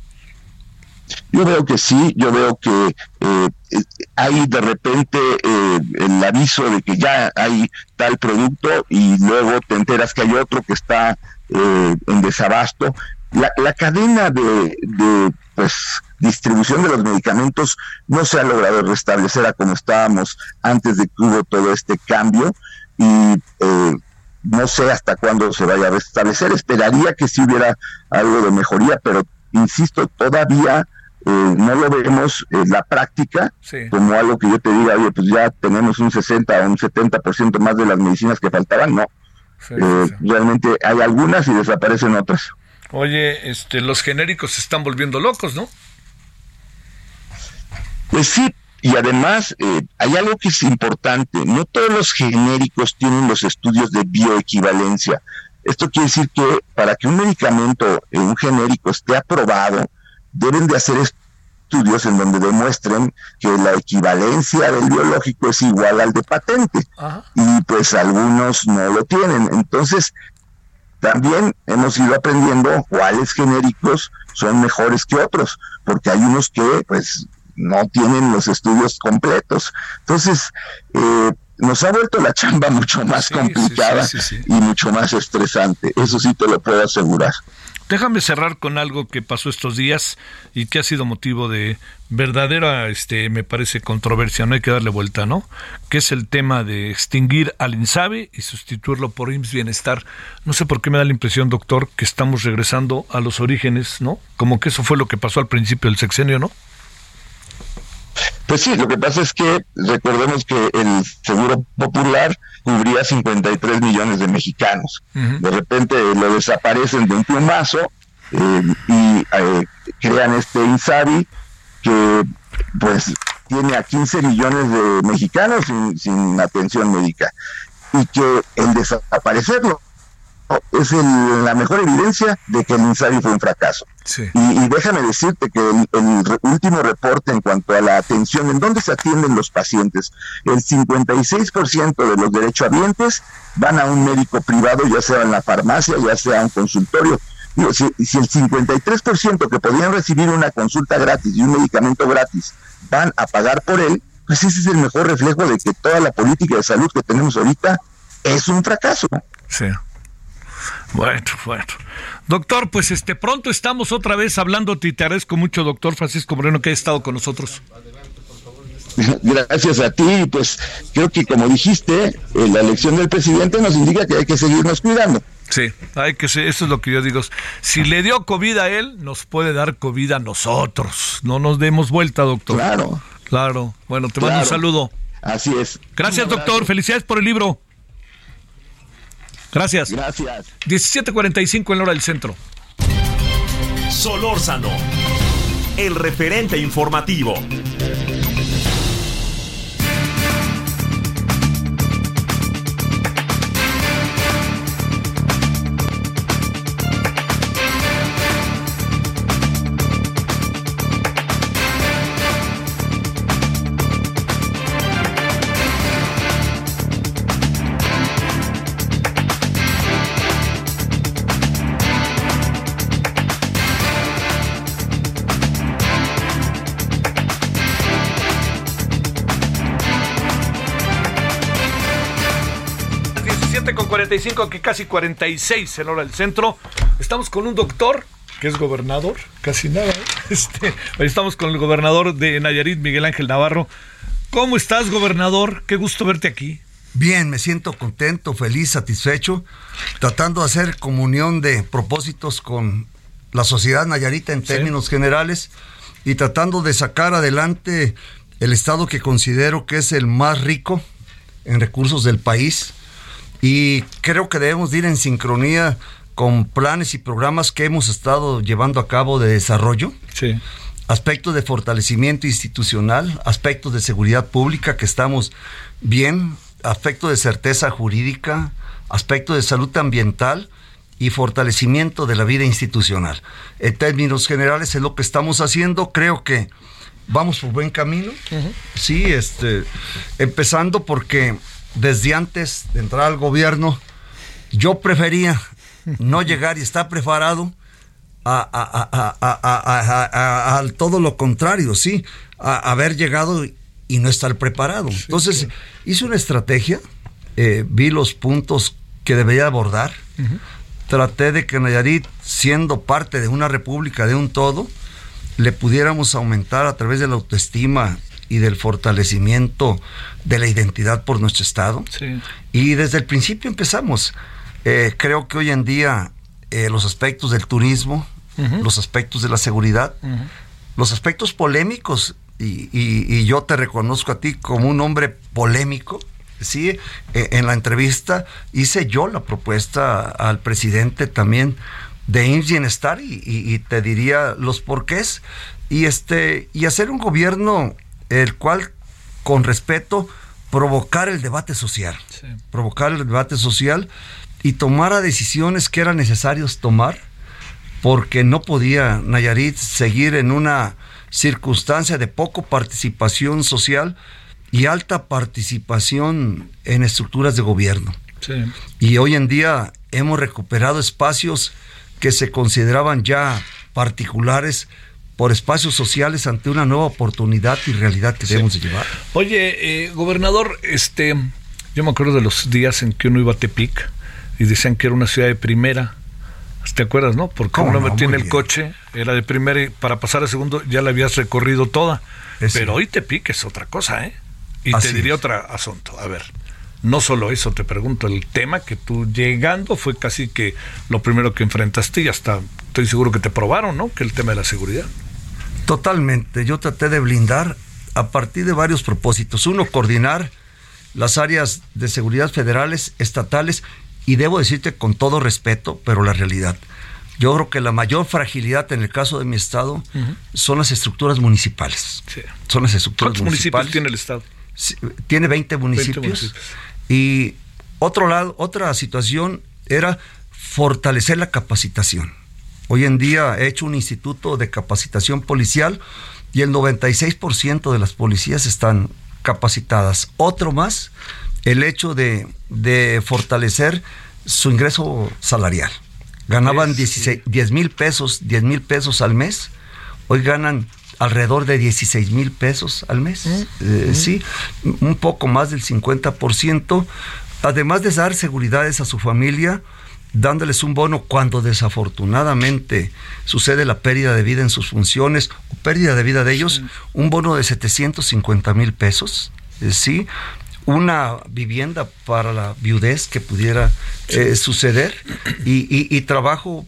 Speaker 9: Yo veo que sí, yo veo que hay de repente el aviso de que ya hay tal producto y luego te enteras que hay otro que está en desabasto. La cadena de pues distribución de los medicamentos no se ha logrado restablecer a como estábamos antes de que hubo todo este cambio, y no sé hasta cuándo se vaya a restablecer. Esperaría que sí hubiera algo de mejoría, pero insisto, todavía no lo vemos en la práctica, sí, como algo que yo te diga, oye, pues ya tenemos un 60 o un 70% más de las medicinas que faltaban. No, sí, sí. Realmente hay algunas y desaparecen otras.
Speaker 3: Oye, los genéricos se están volviendo locos, ¿no?
Speaker 9: Pues sí, y además hay algo que es importante: no todos los genéricos tienen los estudios de bioequivalencia. Esto quiere decir que para que un medicamento, un genérico, esté aprobado, deben de hacer estudios en donde demuestren que la equivalencia del biológico es igual al de patente. Ajá. Y pues algunos no lo tienen. Entonces, también hemos ido aprendiendo cuáles genéricos son mejores que otros, porque hay unos que pues no tienen los estudios completos. Entonces, nos ha vuelto la chamba mucho más complicada, sí. Y mucho más estresante. Eso sí te lo puedo asegurar.
Speaker 3: Déjame cerrar con algo que pasó estos días y que ha sido motivo de verdadera, me parece, controversia, no hay que darle vuelta, ¿no? Que es el tema de extinguir al INSABI y sustituirlo por IMSS Bienestar. No sé por qué me da la impresión, doctor, que estamos regresando a los orígenes, ¿no? Como que eso fue lo que pasó al principio del sexenio, ¿no?
Speaker 9: Pues sí, lo que pasa es que recordemos que el Seguro Popular cubría 53 millones de mexicanos. Uh-huh. De repente lo desaparecen de un plumazo y crean este INSABI, que pues tiene a 15 millones de mexicanos sin atención médica, y que el desaparecerlo es la mejor evidencia de que el INSABI fue un fracaso.
Speaker 3: Sí.
Speaker 9: Y déjame decirte que el último reporte en cuanto a la atención, en dónde se atienden los pacientes, el 56% de los derechohabientes van a un médico privado, ya sea en la farmacia, ya sea a un consultorio. Digo, si el 53% que podían recibir una consulta gratis y un medicamento gratis van a pagar por él, pues ese es el mejor reflejo de que toda la política de salud que tenemos ahorita es un fracaso.
Speaker 3: Sí. Bueno. Doctor, pues pronto estamos otra vez hablándote y te agradezco mucho, doctor Francisco Moreno, que haya estado con nosotros.
Speaker 9: Gracias a ti, pues creo que como dijiste, la elección del presidente nos indica que hay que seguirnos cuidando.
Speaker 3: Sí, eso es lo que yo digo. Si le dio COVID a él, nos puede dar COVID a nosotros. No nos demos vuelta, doctor. Claro. Bueno, te mando un saludo.
Speaker 9: Así es.
Speaker 3: Gracias, doctor. Felicidades por el libro. Gracias. 17:45 en la hora del centro.
Speaker 2: Solórzano, el referente informativo.
Speaker 3: Con 45, que casi 46 en hora del centro. Estamos con un doctor que es gobernador, casi nada. Estamos con el gobernador de Nayarit, Miguel Ángel Navarro. ¿Cómo estás, gobernador? Qué gusto verte aquí.
Speaker 10: Bien, me siento contento, feliz, satisfecho, tratando de hacer comunión de propósitos con la sociedad nayarita en términos generales y tratando de sacar adelante el estado que considero que es el más rico en recursos del país. Y creo que debemos ir en sincronía con planes y programas que hemos estado llevando a cabo de desarrollo, aspectos de fortalecimiento institucional, aspectos de seguridad pública que estamos bien, aspectos de certeza jurídica, aspectos de salud ambiental y fortalecimiento de la vida institucional. En términos generales es lo que estamos haciendo. Creo que vamos por buen camino. Sí, empezando porque desde antes de entrar al gobierno, yo prefería no llegar y estar preparado a todo lo contrario, a haber llegado y no estar preparado. Entonces, hice una estrategia, vi los puntos que debería abordar, traté de que Nayarit, siendo parte de una república, de un todo, le pudiéramos aumentar a través de la autoestima y del fortalecimiento de la identidad por nuestro estado. Y desde el principio empezamos. Creo que hoy en día los aspectos del turismo, los aspectos de la seguridad, los aspectos polémicos, y yo te reconozco a ti como un hombre polémico. En la entrevista hice yo la propuesta al presidente también de IMSS Bienestar y te diría los porqués y hacer un gobierno el cual, con respeto, provocar el debate social, y tomara decisiones que eran necesarios tomar, porque no podía Nayarit seguir en una circunstancia de poco participación social y alta participación en estructuras de gobierno. Y hoy en día hemos recuperado espacios que se consideraban ya particulares por espacios sociales ante una nueva oportunidad y realidad que debemos de llevar.
Speaker 3: Oye, gobernador, yo me acuerdo de los días en que uno iba a Tepic y decían que era una ciudad de primera. ¿Te acuerdas, no? Porque uno metía en el coche, era de primera, y para pasar a segundo ya la habías recorrido toda. Pero hoy Tepic es otra cosa, Y así te diría otro asunto. A ver, no solo eso, te pregunto, el tema que tú llegando fue casi que lo primero que enfrentaste y hasta estoy seguro que te probaron, ¿no? Que el tema de la seguridad.
Speaker 10: Totalmente. Yo traté de blindar a partir de varios propósitos. Uno, coordinar las áreas de seguridad federales, estatales, y debo decirte con todo respeto, pero la realidad, Yo creo que la mayor fragilidad en el caso de mi estado son las estructuras municipales.
Speaker 3: Sí.
Speaker 10: Son las estructuras
Speaker 3: ¿Cuántos municipios tiene el estado?
Speaker 10: Tiene 20 municipios. Y otra situación era fortalecer la capacitación. Hoy en día he hecho un instituto de capacitación policial y el 96% de las policías están capacitadas. Otro más, el hecho de fortalecer su ingreso salarial. Ganaban 10,000 pesos al mes, hoy ganan alrededor de 16,000 pesos al mes. Sí, un poco más del 50%, además de dar seguridades a su familia, dándoles un bono cuando desafortunadamente sucede la pérdida de vida en sus funciones o pérdida de vida de ellos, un bono de 750,000 pesos, sí, una vivienda para la viudez que pudiera suceder y trabajo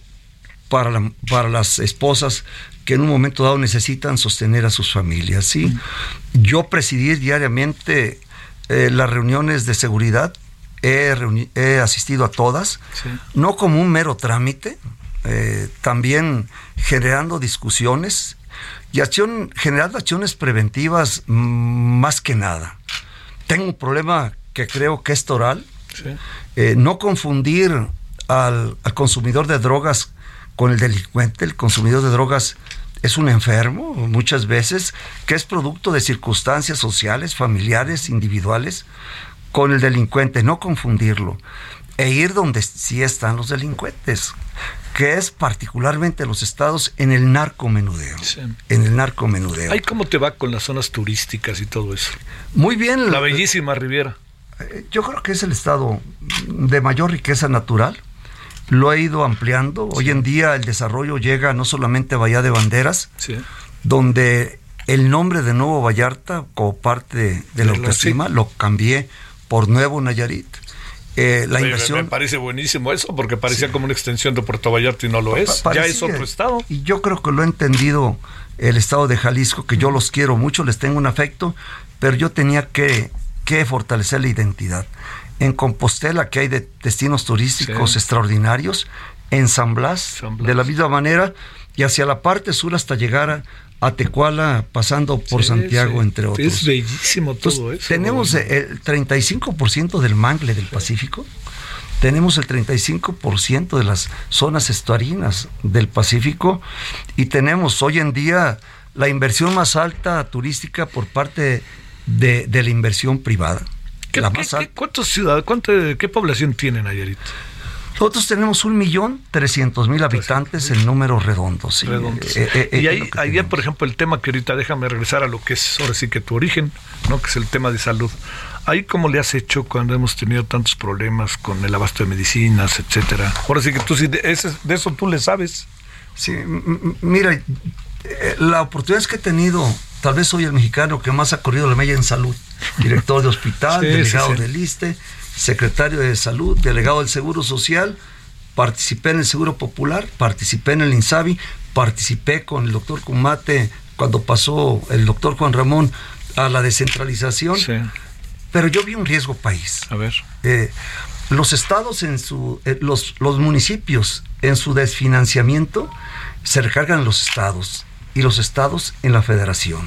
Speaker 10: para las esposas que en un momento dado necesitan sostener a sus familias, ¿sí? Yo presidir diariamente las reuniones de seguridad. He asistido a todas, no como un mero trámite, también generando discusiones y generando acciones preventivas más que nada. Tengo un problema que creo que es toral, no confundir al consumidor de drogas con el delincuente. El consumidor de drogas es un enfermo, muchas veces, que es producto de circunstancias sociales, familiares, individuales, con el delincuente, no confundirlo, e ir donde sí están los delincuentes, que es particularmente los estados en el narcomenudeo. En el narcomenudeo.
Speaker 3: ¿Ay, cómo te va con las zonas turísticas y todo eso?
Speaker 10: Muy bien.
Speaker 3: La bellísima Riviera.
Speaker 10: Yo creo que es el estado de mayor riqueza natural. Lo he ido ampliando. Hoy en día el desarrollo llega no solamente a Bahía de Banderas, donde el nombre de Nuevo Vallarta, como parte de la autoestima, lo cambié por Nuevo Nayarit. Inversión... Me
Speaker 3: parece buenísimo eso, porque parecía como una extensión de Puerto Vallarta y no lo es. Ya es otro estado.
Speaker 10: Y yo creo que lo ha entendido el estado de Jalisco, que yo los quiero mucho, les tengo un afecto, pero yo tenía que fortalecer la identidad. En Compostela, que hay destinos turísticos extraordinarios, en San Blas, de la misma manera, y hacia la parte sur hasta llegar a Tecuala, pasando por Santiago, entre otros.
Speaker 3: Es bellísimo todo eso.
Speaker 10: Tenemos el 35% del mangle del Pacífico, tenemos el 35% de las zonas estuarinas del Pacífico, y tenemos hoy en día la inversión más alta turística por parte de la inversión privada.
Speaker 3: ¿Qué población tiene Nayarit?
Speaker 10: Nosotros tenemos 1,300,000 habitantes en números redondos. ¿Sí?
Speaker 3: Y ahí, por ejemplo, el tema que ahorita, déjame regresar a lo que es ahora sí que tu origen, ¿no? Que es el tema de salud. Ahí, ¿cómo le has hecho cuando hemos tenido tantos problemas con el abasto de medicinas, etcétera? Ahora sí que tú de eso tú le sabes.
Speaker 10: Sí, mira, la oportunidad que he tenido, tal vez soy el mexicano que más ha corrido la milla en salud. Director de hospital, delegado del ISSSTE, secretario de Salud, delegado del Seguro Social, participé en el Seguro Popular, participé en el INSABI, participé con el doctor Cumate cuando pasó el doctor Juan Ramón a la descentralización, pero yo vi un riesgo país.
Speaker 3: A ver.
Speaker 10: Los estados los municipios en su desfinanciamiento se recargan en los estados y los estados en la federación.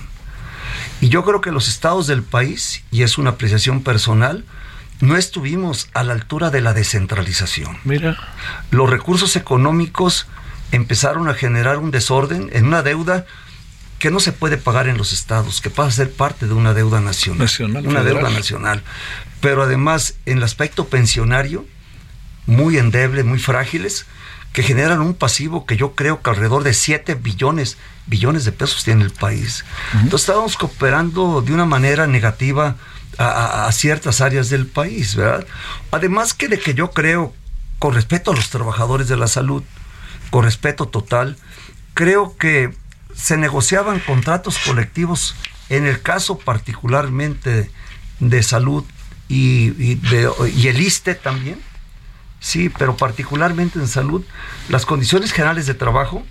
Speaker 10: Y yo creo que los estados del país, y es una apreciación personal, no estuvimos a la altura de la descentralización.
Speaker 3: Mira.
Speaker 10: Los recursos económicos empezaron a generar un desorden en una deuda que no se puede pagar en los estados, que pasa a ser parte de una deuda nacional. Deuda nacional. Pero además, en el aspecto pensionario, muy endeble, muy frágiles, que generan un pasivo que yo creo que alrededor de 7 billones de pesos tiene el país. Entonces estábamos cooperando de una manera negativa a ciertas áreas del país, ¿verdad? Además de que yo creo, con respeto a los trabajadores de la salud, con respeto total, creo que se negociaban contratos colectivos, en el caso particularmente de salud y el ISSSTE también, sí, pero particularmente en salud, las condiciones generales de trabajo,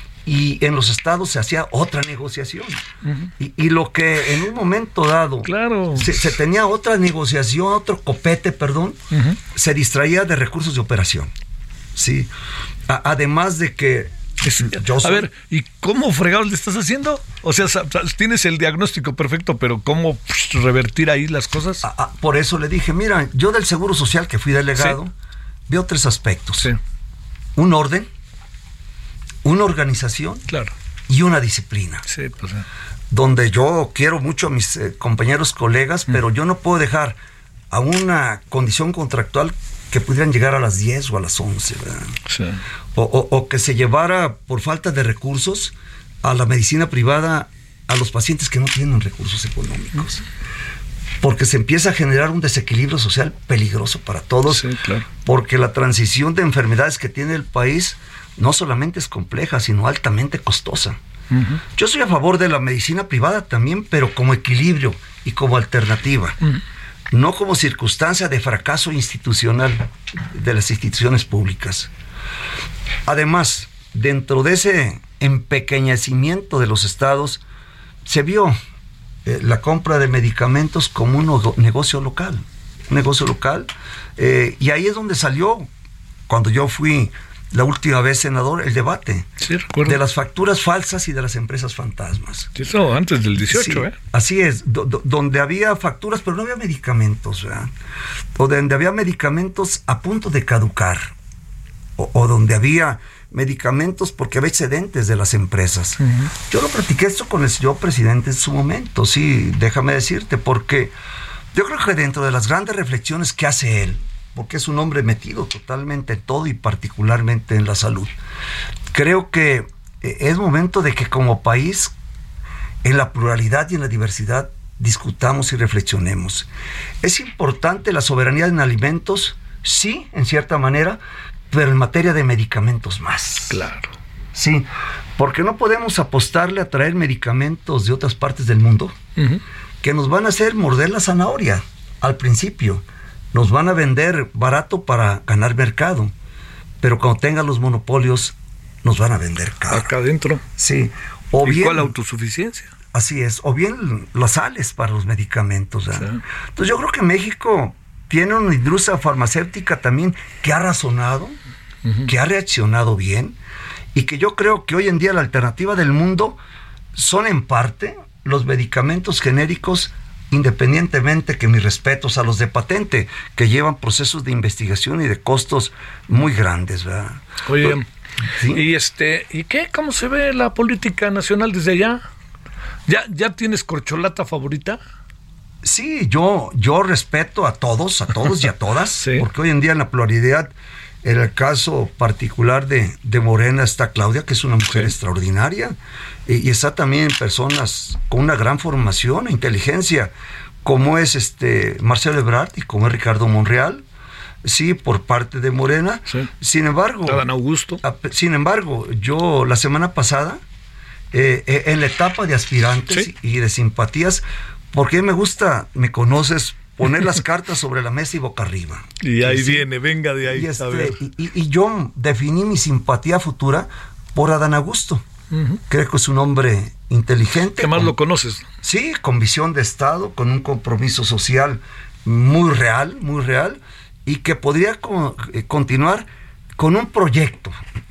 Speaker 10: y en los estados se hacía otra negociación. Y lo que en un momento dado se tenía otra negociación, otro copete, se distraía de recursos de operación. Sí. Además de que
Speaker 3: a ver, ¿y cómo fregados le estás haciendo? O sea, tienes el diagnóstico perfecto, pero ¿cómo revertir ahí las cosas?
Speaker 10: Por eso le dije, mira, yo del Seguro Social, que fui delegado, veo 3 aspectos.
Speaker 3: Sí.
Speaker 10: Un orden, una organización,
Speaker 3: claro,
Speaker 10: y una disciplina.
Speaker 3: Sí, pues,
Speaker 10: donde yo quiero mucho a mis compañeros, colegas, pero yo no puedo dejar a una condición contractual que pudieran llegar a las 10 o a las 11, ¿verdad?
Speaker 3: Sí.
Speaker 10: O que se llevara por falta de recursos a la medicina privada a los pacientes que no tienen recursos económicos. Porque se empieza a generar un desequilibrio social peligroso para todos.
Speaker 3: Sí, claro.
Speaker 10: Porque la transición de enfermedades que tiene el país no solamente es compleja, sino altamente costosa. Uh-huh. Yo soy a favor de la medicina privada también, pero como equilibrio y como alternativa. Uh-huh. No como circunstancia de fracaso institucional de las instituciones públicas. Además, dentro de ese empequeñecimiento de los estados, se vio la compra de medicamentos como un negocio local. Y ahí es donde salió, cuando yo fui la última vez senador, el debate de las facturas falsas y de las empresas fantasmas.
Speaker 3: Eso antes del 18,
Speaker 10: sí, así es, donde había facturas, pero no había medicamentos, ¿verdad? O donde había medicamentos a punto de caducar, o donde había medicamentos porque había excedentes de las empresas. Uh-huh. Yo lo platiqué esto con el señor presidente en su momento, sí, déjame decirte, porque yo creo que dentro de las grandes reflexiones que hace él, porque es un hombre metido totalmente en todo y particularmente en la salud, creo que es momento de que como país, en la pluralidad y en la diversidad, discutamos y reflexionemos. Es importante la soberanía en alimentos, sí, en cierta manera, pero en materia de medicamentos más.
Speaker 3: Claro.
Speaker 10: Sí, porque no podemos apostarle a traer medicamentos de otras partes del mundo, uh-huh, que nos van a hacer morder la zanahoria al principio. Nos van a vender barato para ganar mercado, pero cuando tengan los monopolios, nos van a vender caro.
Speaker 3: Acá adentro.
Speaker 10: Sí.
Speaker 3: O bien, ¿cuál autosuficiencia?
Speaker 10: Así es. O bien las sales para los medicamentos. Sí. Entonces yo creo que México tiene una industria farmacéutica también que ha razonado, uh-huh, que ha reaccionado bien, y que yo creo que hoy en día la alternativa del mundo son en parte los medicamentos genéricos, independientemente que mis respetos a los de patente, que llevan procesos de investigación y de costos muy grandes, ¿verdad?
Speaker 3: Oye, ¿sí? ¿Y qué? ¿Cómo se ve la política nacional desde allá? ¿Ya tienes corcholata favorita?
Speaker 10: Sí, yo respeto a todos y a todas, sí, porque hoy en día en la pluralidad, en el caso particular de Morena está Claudia, que es una mujer, sí, extraordinaria, y está también personas con una gran formación e inteligencia, como es Marcelo Ebrard y como es Ricardo Monreal, sí, por parte de Morena.
Speaker 3: Sí.
Speaker 10: Sin embargo,
Speaker 3: Adán Augusto.
Speaker 10: Yo la semana pasada, en la etapa de aspirantes, sí, y de simpatías, porque me conoces, poner las cartas sobre la mesa y boca arriba.
Speaker 3: Y ahí sí, viene, venga de ahí.
Speaker 10: Y yo definí mi simpatía futura por Adán Augusto. Uh-huh. Creo que es un hombre inteligente.
Speaker 3: ¿Qué más lo conoces?
Speaker 10: Sí, con visión de Estado, con un compromiso social muy real, y que podría continuar con un proyecto.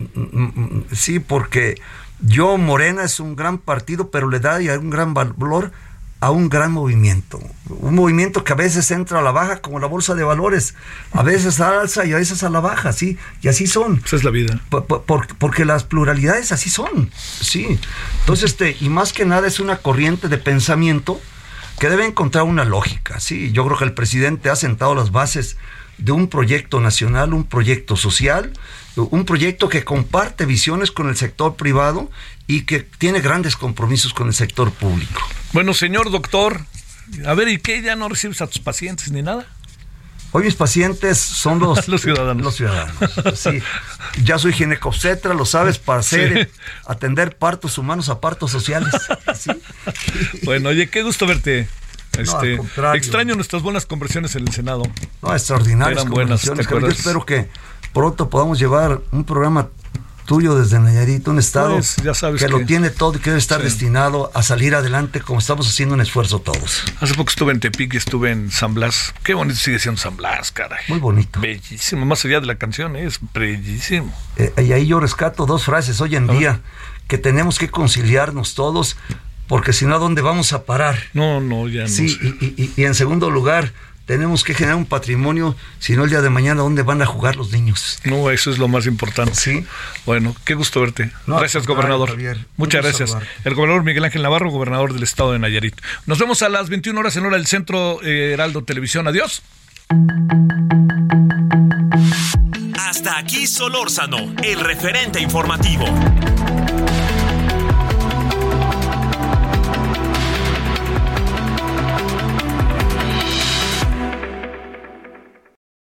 Speaker 10: Sí, porque Morena es un gran partido, pero le da un gran valor a un gran movimiento, un movimiento que a veces entra a la baja como la bolsa de valores, a veces a la alza y a veces a la baja, sí, y así son.
Speaker 3: Esa es la vida.
Speaker 10: Porque las pluralidades así son, sí. Entonces, y más que nada es una corriente de pensamiento que debe encontrar una lógica, sí. Yo creo que el presidente ha sentado las bases de un proyecto nacional, un proyecto social, un proyecto que comparte visiones con el sector privado y que tiene grandes compromisos con el sector público.
Speaker 3: Bueno, señor doctor, a ver, ¿y qué? ¿Ya no recibes a tus pacientes ni nada?
Speaker 10: Hoy mis pacientes son los
Speaker 3: ciudadanos.
Speaker 10: Los ciudadanos, sí. Ya soy ginecobstetra, lo sabes, para atender partos humanos a partos sociales. ¿Sí?
Speaker 3: Bueno, oye, qué gusto verte.
Speaker 10: No, al contrario.
Speaker 3: Extraño nuestras buenas conversaciones en el Senado.
Speaker 10: No, extraordinarias.
Speaker 3: Eran buenas,
Speaker 10: yo espero que pronto podamos llevar un programa tuyo desde Nayarit, un estado
Speaker 3: Pues, ya sabes
Speaker 10: que lo
Speaker 3: que-
Speaker 10: tiene todo y que debe estar destinado a salir adelante como estamos haciendo un esfuerzo todos.
Speaker 3: Hace poco estuve en Tepic y estuve en San Blas. Qué bonito sigue siendo San Blas, caray.
Speaker 10: Muy bonito.
Speaker 3: Bellísimo, más allá de la canción, es bellísimo.
Speaker 10: Y ahí yo rescato dos frases hoy en día, que tenemos que conciliarnos todos, porque si no, ¿a dónde vamos a parar?
Speaker 3: No, ya no
Speaker 10: Sí,
Speaker 3: sé.
Speaker 10: y en segundo lugar, tenemos que generar un patrimonio, si no el día de mañana, ¿dónde van a jugar los niños?
Speaker 3: No, eso es lo más importante.
Speaker 10: Sí.
Speaker 3: Bueno, qué gusto verte.
Speaker 10: No,
Speaker 3: Gracias,
Speaker 10: al contrario,
Speaker 3: gobernador.
Speaker 10: Javier.
Speaker 3: Muchas
Speaker 10: Un gusto
Speaker 3: gracias.
Speaker 10: saludarte.
Speaker 3: El gobernador Miguel Ángel Navarro, gobernador del estado de Nayarit. Nos vemos a las 21 horas en hora del Centro Heraldo Televisión. Adiós.
Speaker 2: Hasta aquí Solórzano, el referente informativo.